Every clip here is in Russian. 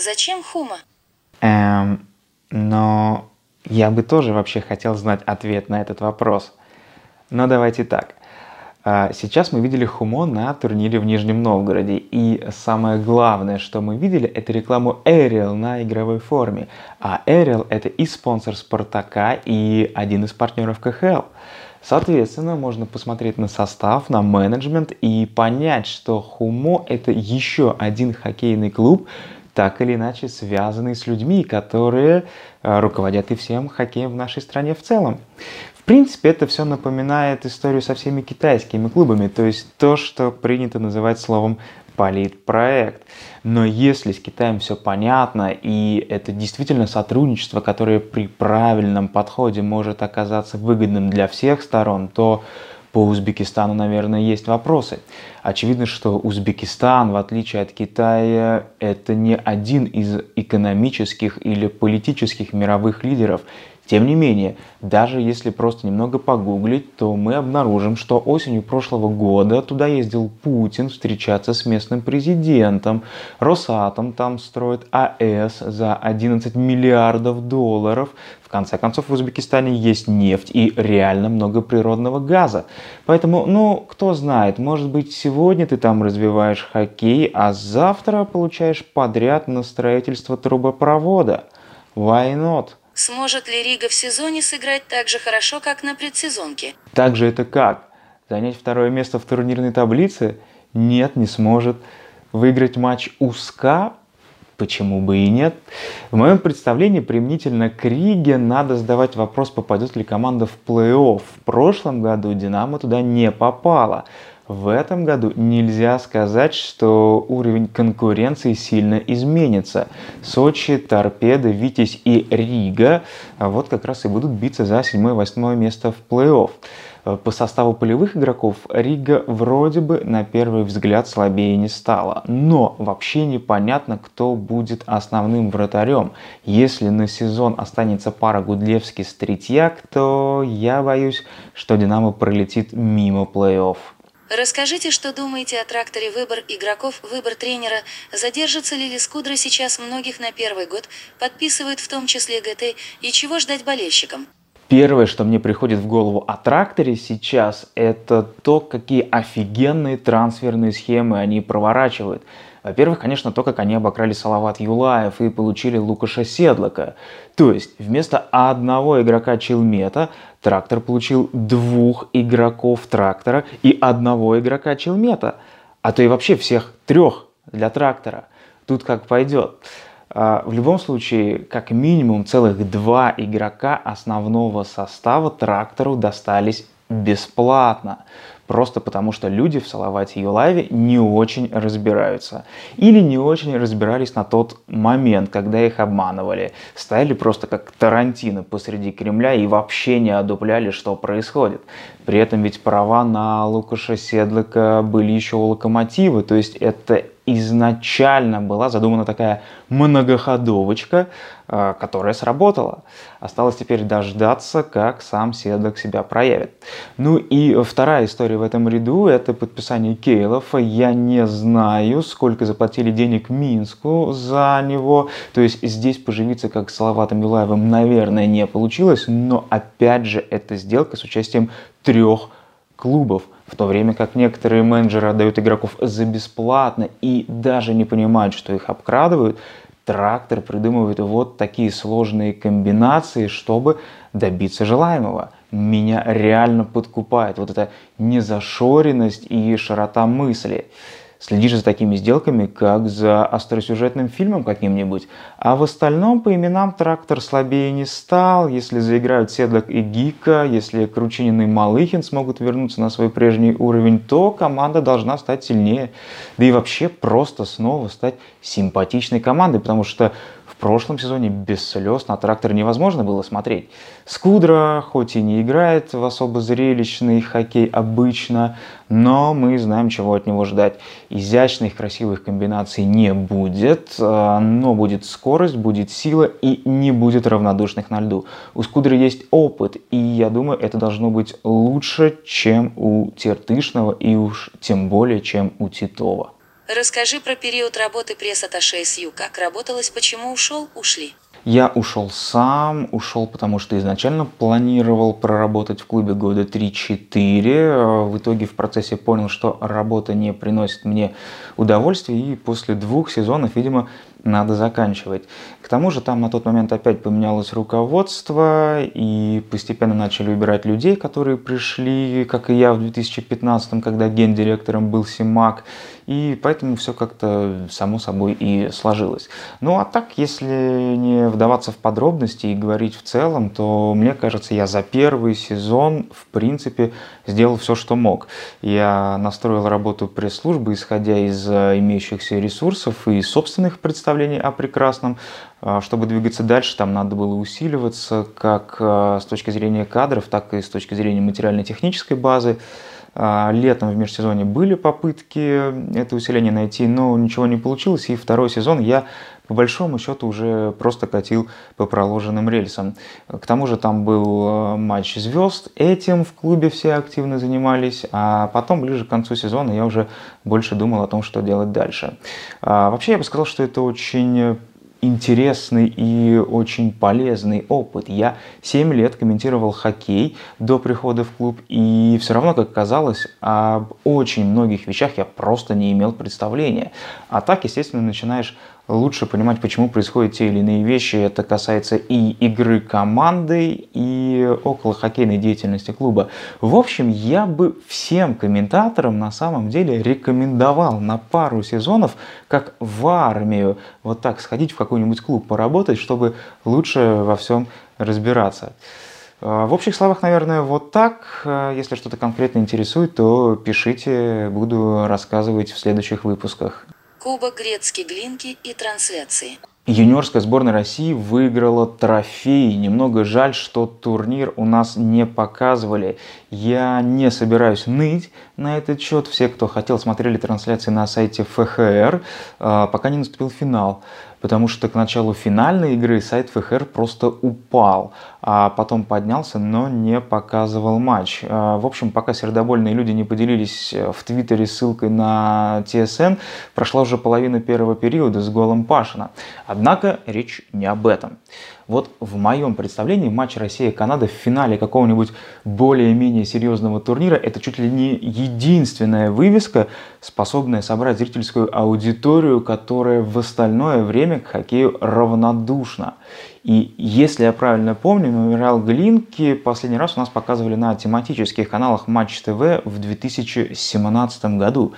Зачем Хума? Но я бы тоже вообще хотел знать ответ на этот вопрос. Но давайте так. Сейчас мы видели Хумо на турнире в Нижнем Новгороде. И самое главное, что мы видели, это рекламу Ariel на игровой форме. А Ariel — это и спонсор Спартака, и один из партнеров КХЛ. Соответственно, можно посмотреть на состав, на менеджмент и понять, что Хумо — это еще один хоккейный клуб, так или иначе связанный с людьми, которые руководят и всем хоккеем в нашей стране в целом. В принципе, это все напоминает историю со всеми китайскими клубами, то есть то, что принято называть словом политпроект. Но если с Китаем все понятно, и это действительно сотрудничество, которое при правильном подходе может оказаться выгодным для всех сторон, то по Узбекистану, наверное, есть вопросы. Очевидно, что Узбекистан, в отличие от Китая, это не один из экономических или политических мировых лидеров. Тем не менее, даже если просто немного погуглить, то мы обнаружим, что осенью прошлого года туда ездил Путин встречаться с местным президентом. Росатом там строит АЭС за 11 миллиардов долларов. В конце концов, в Узбекистане есть нефть и реально много природного газа. Поэтому, кто знает, может быть, сегодня ты там развиваешь хоккей, а завтра получаешь подряд на строительство трубопровода. Why not? Сможет ли Рига в сезоне сыграть так же хорошо, как на предсезонке? Также это как? Занять второе место в турнирной таблице? Нет, не сможет. Выиграть матч у СКА? Почему бы и нет? В моем представлении применительно к Риге надо задавать вопрос, попадет ли команда в плей-офф. В прошлом году Динамо туда не попала. В этом году нельзя сказать, что уровень конкуренции сильно изменится. Сочи, Торпедо, Витязь и Рига вот как раз и будут биться за 7-8 место в плей-офф. По составу полевых игроков Рига вроде бы на первый взгляд слабее не стала. Но вообще непонятно, кто будет основным вратарем. Если на сезон останется пара Гудлевский-Стритьяк, то я боюсь, что Динамо пролетит мимо плей-офф. Расскажите, что думаете о тракторе «Выбор игроков», «Выбор тренера». Задержится ли Лискудра сейчас многих на первый год, подписывает в том числе ГТ, и чего ждать болельщикам? Первое, что мне приходит в голову о тракторе сейчас, это то, какие офигенные трансферные схемы они проворачивают. Во-первых, конечно, то, как они обокрали Салават Юлаев и получили Лукаша Седлака. То есть вместо одного игрока Челмета трактор получил 2 игроков трактора и 1 игрока Челмета. А то и вообще всех 3 для трактора. Тут как пойдет. В любом случае, как минимум целых 2 игрока основного состава трактору достались бесплатно. Просто потому, что люди в Салавате Юлаеве не очень разбираются. Или не очень разбирались на тот момент, когда их обманывали. Стояли просто как Тарантино посреди Кремля и вообще не одупляли, что происходит. При этом ведь права на Лукаша Седлака были еще у Локомотива. То есть это изначально была задумана такая многоходовочка, которая сработала. Осталось теперь дождаться, как сам Седлак себя проявит. Ну и вторая история в этом ряду — это подписание Кейлофа. Я не знаю, сколько заплатили денег Минску за него. То есть здесь поживиться как с Салаватом Юлаевым, наверное, не получилось. Но опять же, это сделка с участием 3 клубов. В то время как некоторые менеджеры отдают игроков за бесплатно и даже не понимают, что их обкрадывают, трактор придумывает вот такие сложные комбинации, чтобы добиться желаемого. Меня реально подкупает вот эта незашоренность и широта мысли. Следишь за такими сделками, как за остросюжетным фильмом каким-нибудь. А в остальном по именам трактор слабее не стал. Если заиграют Седлак и Гика, если Кручинин и Малыхин смогут вернуться на свой прежний уровень, то команда должна стать сильнее. Да и вообще просто снова стать симпатичной командой, потому что в прошлом сезоне без слез на трактор невозможно было смотреть. Скудра хоть и не играет в особо зрелищный хоккей обычно, но мы знаем, чего от него ждать. Изящных, красивых комбинаций не будет, но будет скорость, будет сила и не будет равнодушных на льду. У Скудры есть опыт, и я думаю, это должно быть лучше, чем у Тертышного и уж тем более, чем у Титова. Расскажи про период работы пресс-атташе СЮ. Как работалось, почему ушли? Я ушел сам, ушел, потому что изначально планировал проработать в клубе года 3-4. В итоге в процессе понял, что работа не приносит мне удовольствия, и после 2 сезонов, видимо, надо заканчивать. К тому же там на тот момент опять поменялось руководство, и постепенно начали убирать людей, которые пришли, как и я в 2015-м, когда гендиректором был Симак, и поэтому все как-то само собой и сложилось. Ну а так, если не вдаваться в подробности и говорить в целом, то мне кажется, я за первый сезон, в принципе, сделал все, что мог. Я настроил работу пресс-службы, исходя из имеющихся ресурсов и собственных представлений о прекрасном. Чтобы двигаться дальше, там надо было усиливаться как с точки зрения кадров, так и с точки зрения материально-технической базы. Летом в межсезонье были попытки это усиление найти, но ничего не получилось, и 2-й сезон я по большому счету уже просто катил по проложенным рельсам. К тому же там был матч звезд, этим в клубе все активно занимались, а потом ближе к концу сезона я уже больше думал о том, что делать дальше. Вообще я бы сказал, что это очень интересный и очень полезный опыт. Я 7 лет комментировал хоккей до прихода в клуб, и все равно, как казалось, об очень многих вещах я просто не имел представления. А так, естественно, начинаешь лучше понимать, почему происходят те или иные вещи. Это касается и игры команды, и около хоккейной деятельности клуба. В общем, я бы всем комментаторам на самом деле рекомендовал на пару сезонов, как в армию, вот так сходить в какой-нибудь клуб поработать, чтобы лучше во всем разбираться. В общих словах, наверное, вот так. Если что-то конкретно интересует, то пишите, буду рассказывать в следующих выпусках. Кубок Грецкий Глинки и трансляции. Юниорская сборная России выиграла трофей. Немного жаль, что турнир у нас не показывали. Я не собираюсь ныть на этот счет. Все, кто хотел, смотрели трансляции на сайте ФХР, пока не наступил финал. Потому что к началу финальной игры сайт ФХР просто упал, а потом поднялся, но не показывал матч. В общем, пока сердобольные люди не поделились в Твиттере ссылкой на ТСН, прошла уже половина первого периода с голом Пашина. Однако речь не об этом. Вот в моем представлении матч Россия-Канада в финале какого-нибудь более-менее серьезного турнира — это чуть ли не единственная вывеска, способная собрать зрительскую аудиторию, которая в остальное время к хоккею равнодушна. И если я правильно помню, мемориал Глинки последний раз у нас показывали на тематических каналах Матч ТВ в 2017 году.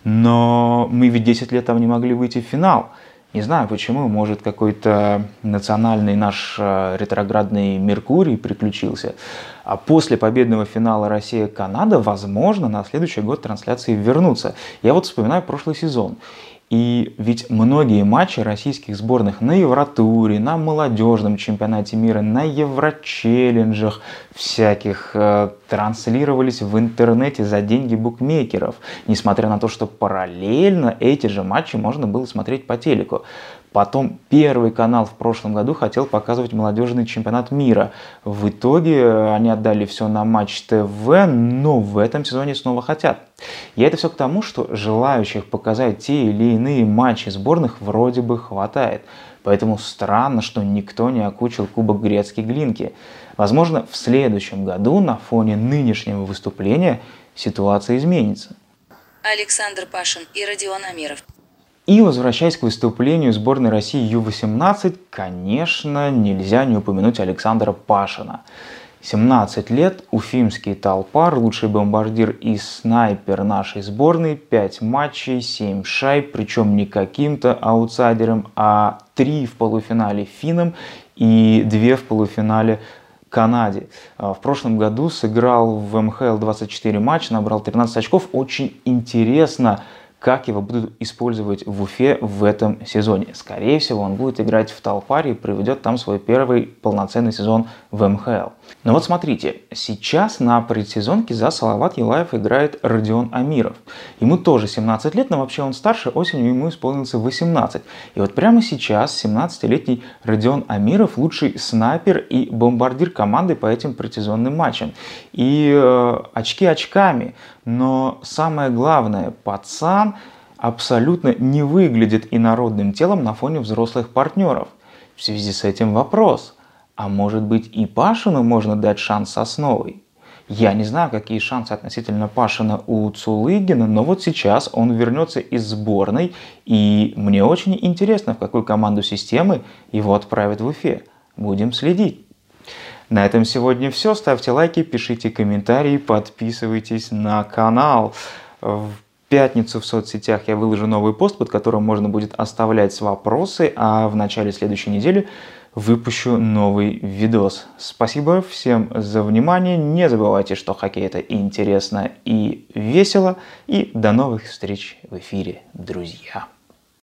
Но мы ведь 10 лет там не могли выйти в финал. Не знаю почему, может какой-то национальный наш ретроградный Меркурий приключился. А после победного финала Россия-Канада, возможно, на следующий год трансляции вернутся. Я вот вспоминаю прошлый сезон. И ведь многие матчи российских сборных на Евротуре, на молодежном чемпионате мира, на Еврочелленджах всяких транслировались в интернете за деньги букмекеров, несмотря на то, что параллельно эти же матчи можно было смотреть по телеку. Потом Первый канал в прошлом году хотел показывать молодежный чемпионат мира. В итоге они отдали все на Матч ТВ, но в этом сезоне снова хотят. И это все к тому, что желающих показать те или иные матчи сборных вроде бы хватает. Поэтому странно, что никто не окучил Кубок Грецкий Глинки. Возможно, в следующем году на фоне нынешнего выступления ситуация изменится. Александр Пашин и Родион Амиров. И возвращаясь к выступлению сборной России Ю-18, конечно, нельзя не упомянуть Александра Пашина. 17 лет, уфимский Талпар, лучший бомбардир и снайпер нашей сборной, 5 матчей, 7 шайб, причем не каким-то аутсайдером, а 3 в полуфинале финнам и 2 в полуфинале Канаде. В прошлом году сыграл в МХЛ 24 матча, набрал 13 очков. Очень интересно, как его будут использовать в Уфе в этом сезоне. Скорее всего, он будет играть в Талпаре и проведет там свой первый полноценный сезон в МХЛ. Но вот смотрите, сейчас на предсезонке за Салават Юлаев играет Родион Амиров. Ему тоже 17 лет, но вообще он старше, осенью ему исполнился 18. И вот прямо сейчас 17-летний Родион Амиров лучший снайпер и бомбардир команды по этим предсезонным матчам. И очки очками, но самое главное, пацан абсолютно не выглядит инородным телом на фоне взрослых партнеров. В связи с этим вопрос, а может быть и Пашину можно дать шанс с Основой? Я не знаю, какие шансы относительно Пашина у Цулыгина, но вот сейчас он вернется из сборной, и мне очень интересно, в какую команду системы его отправят в Уфе. Будем следить. На этом сегодня все. Ставьте лайки, пишите комментарии, подписывайтесь на канал. В пятницу в соцсетях я выложу новый пост, под которым можно будет оставлять вопросы, а в начале следующей недели выпущу новый видос. Спасибо всем за внимание. Не забывайте, что хоккей — это интересно и весело. И до новых встреч в эфире, друзья.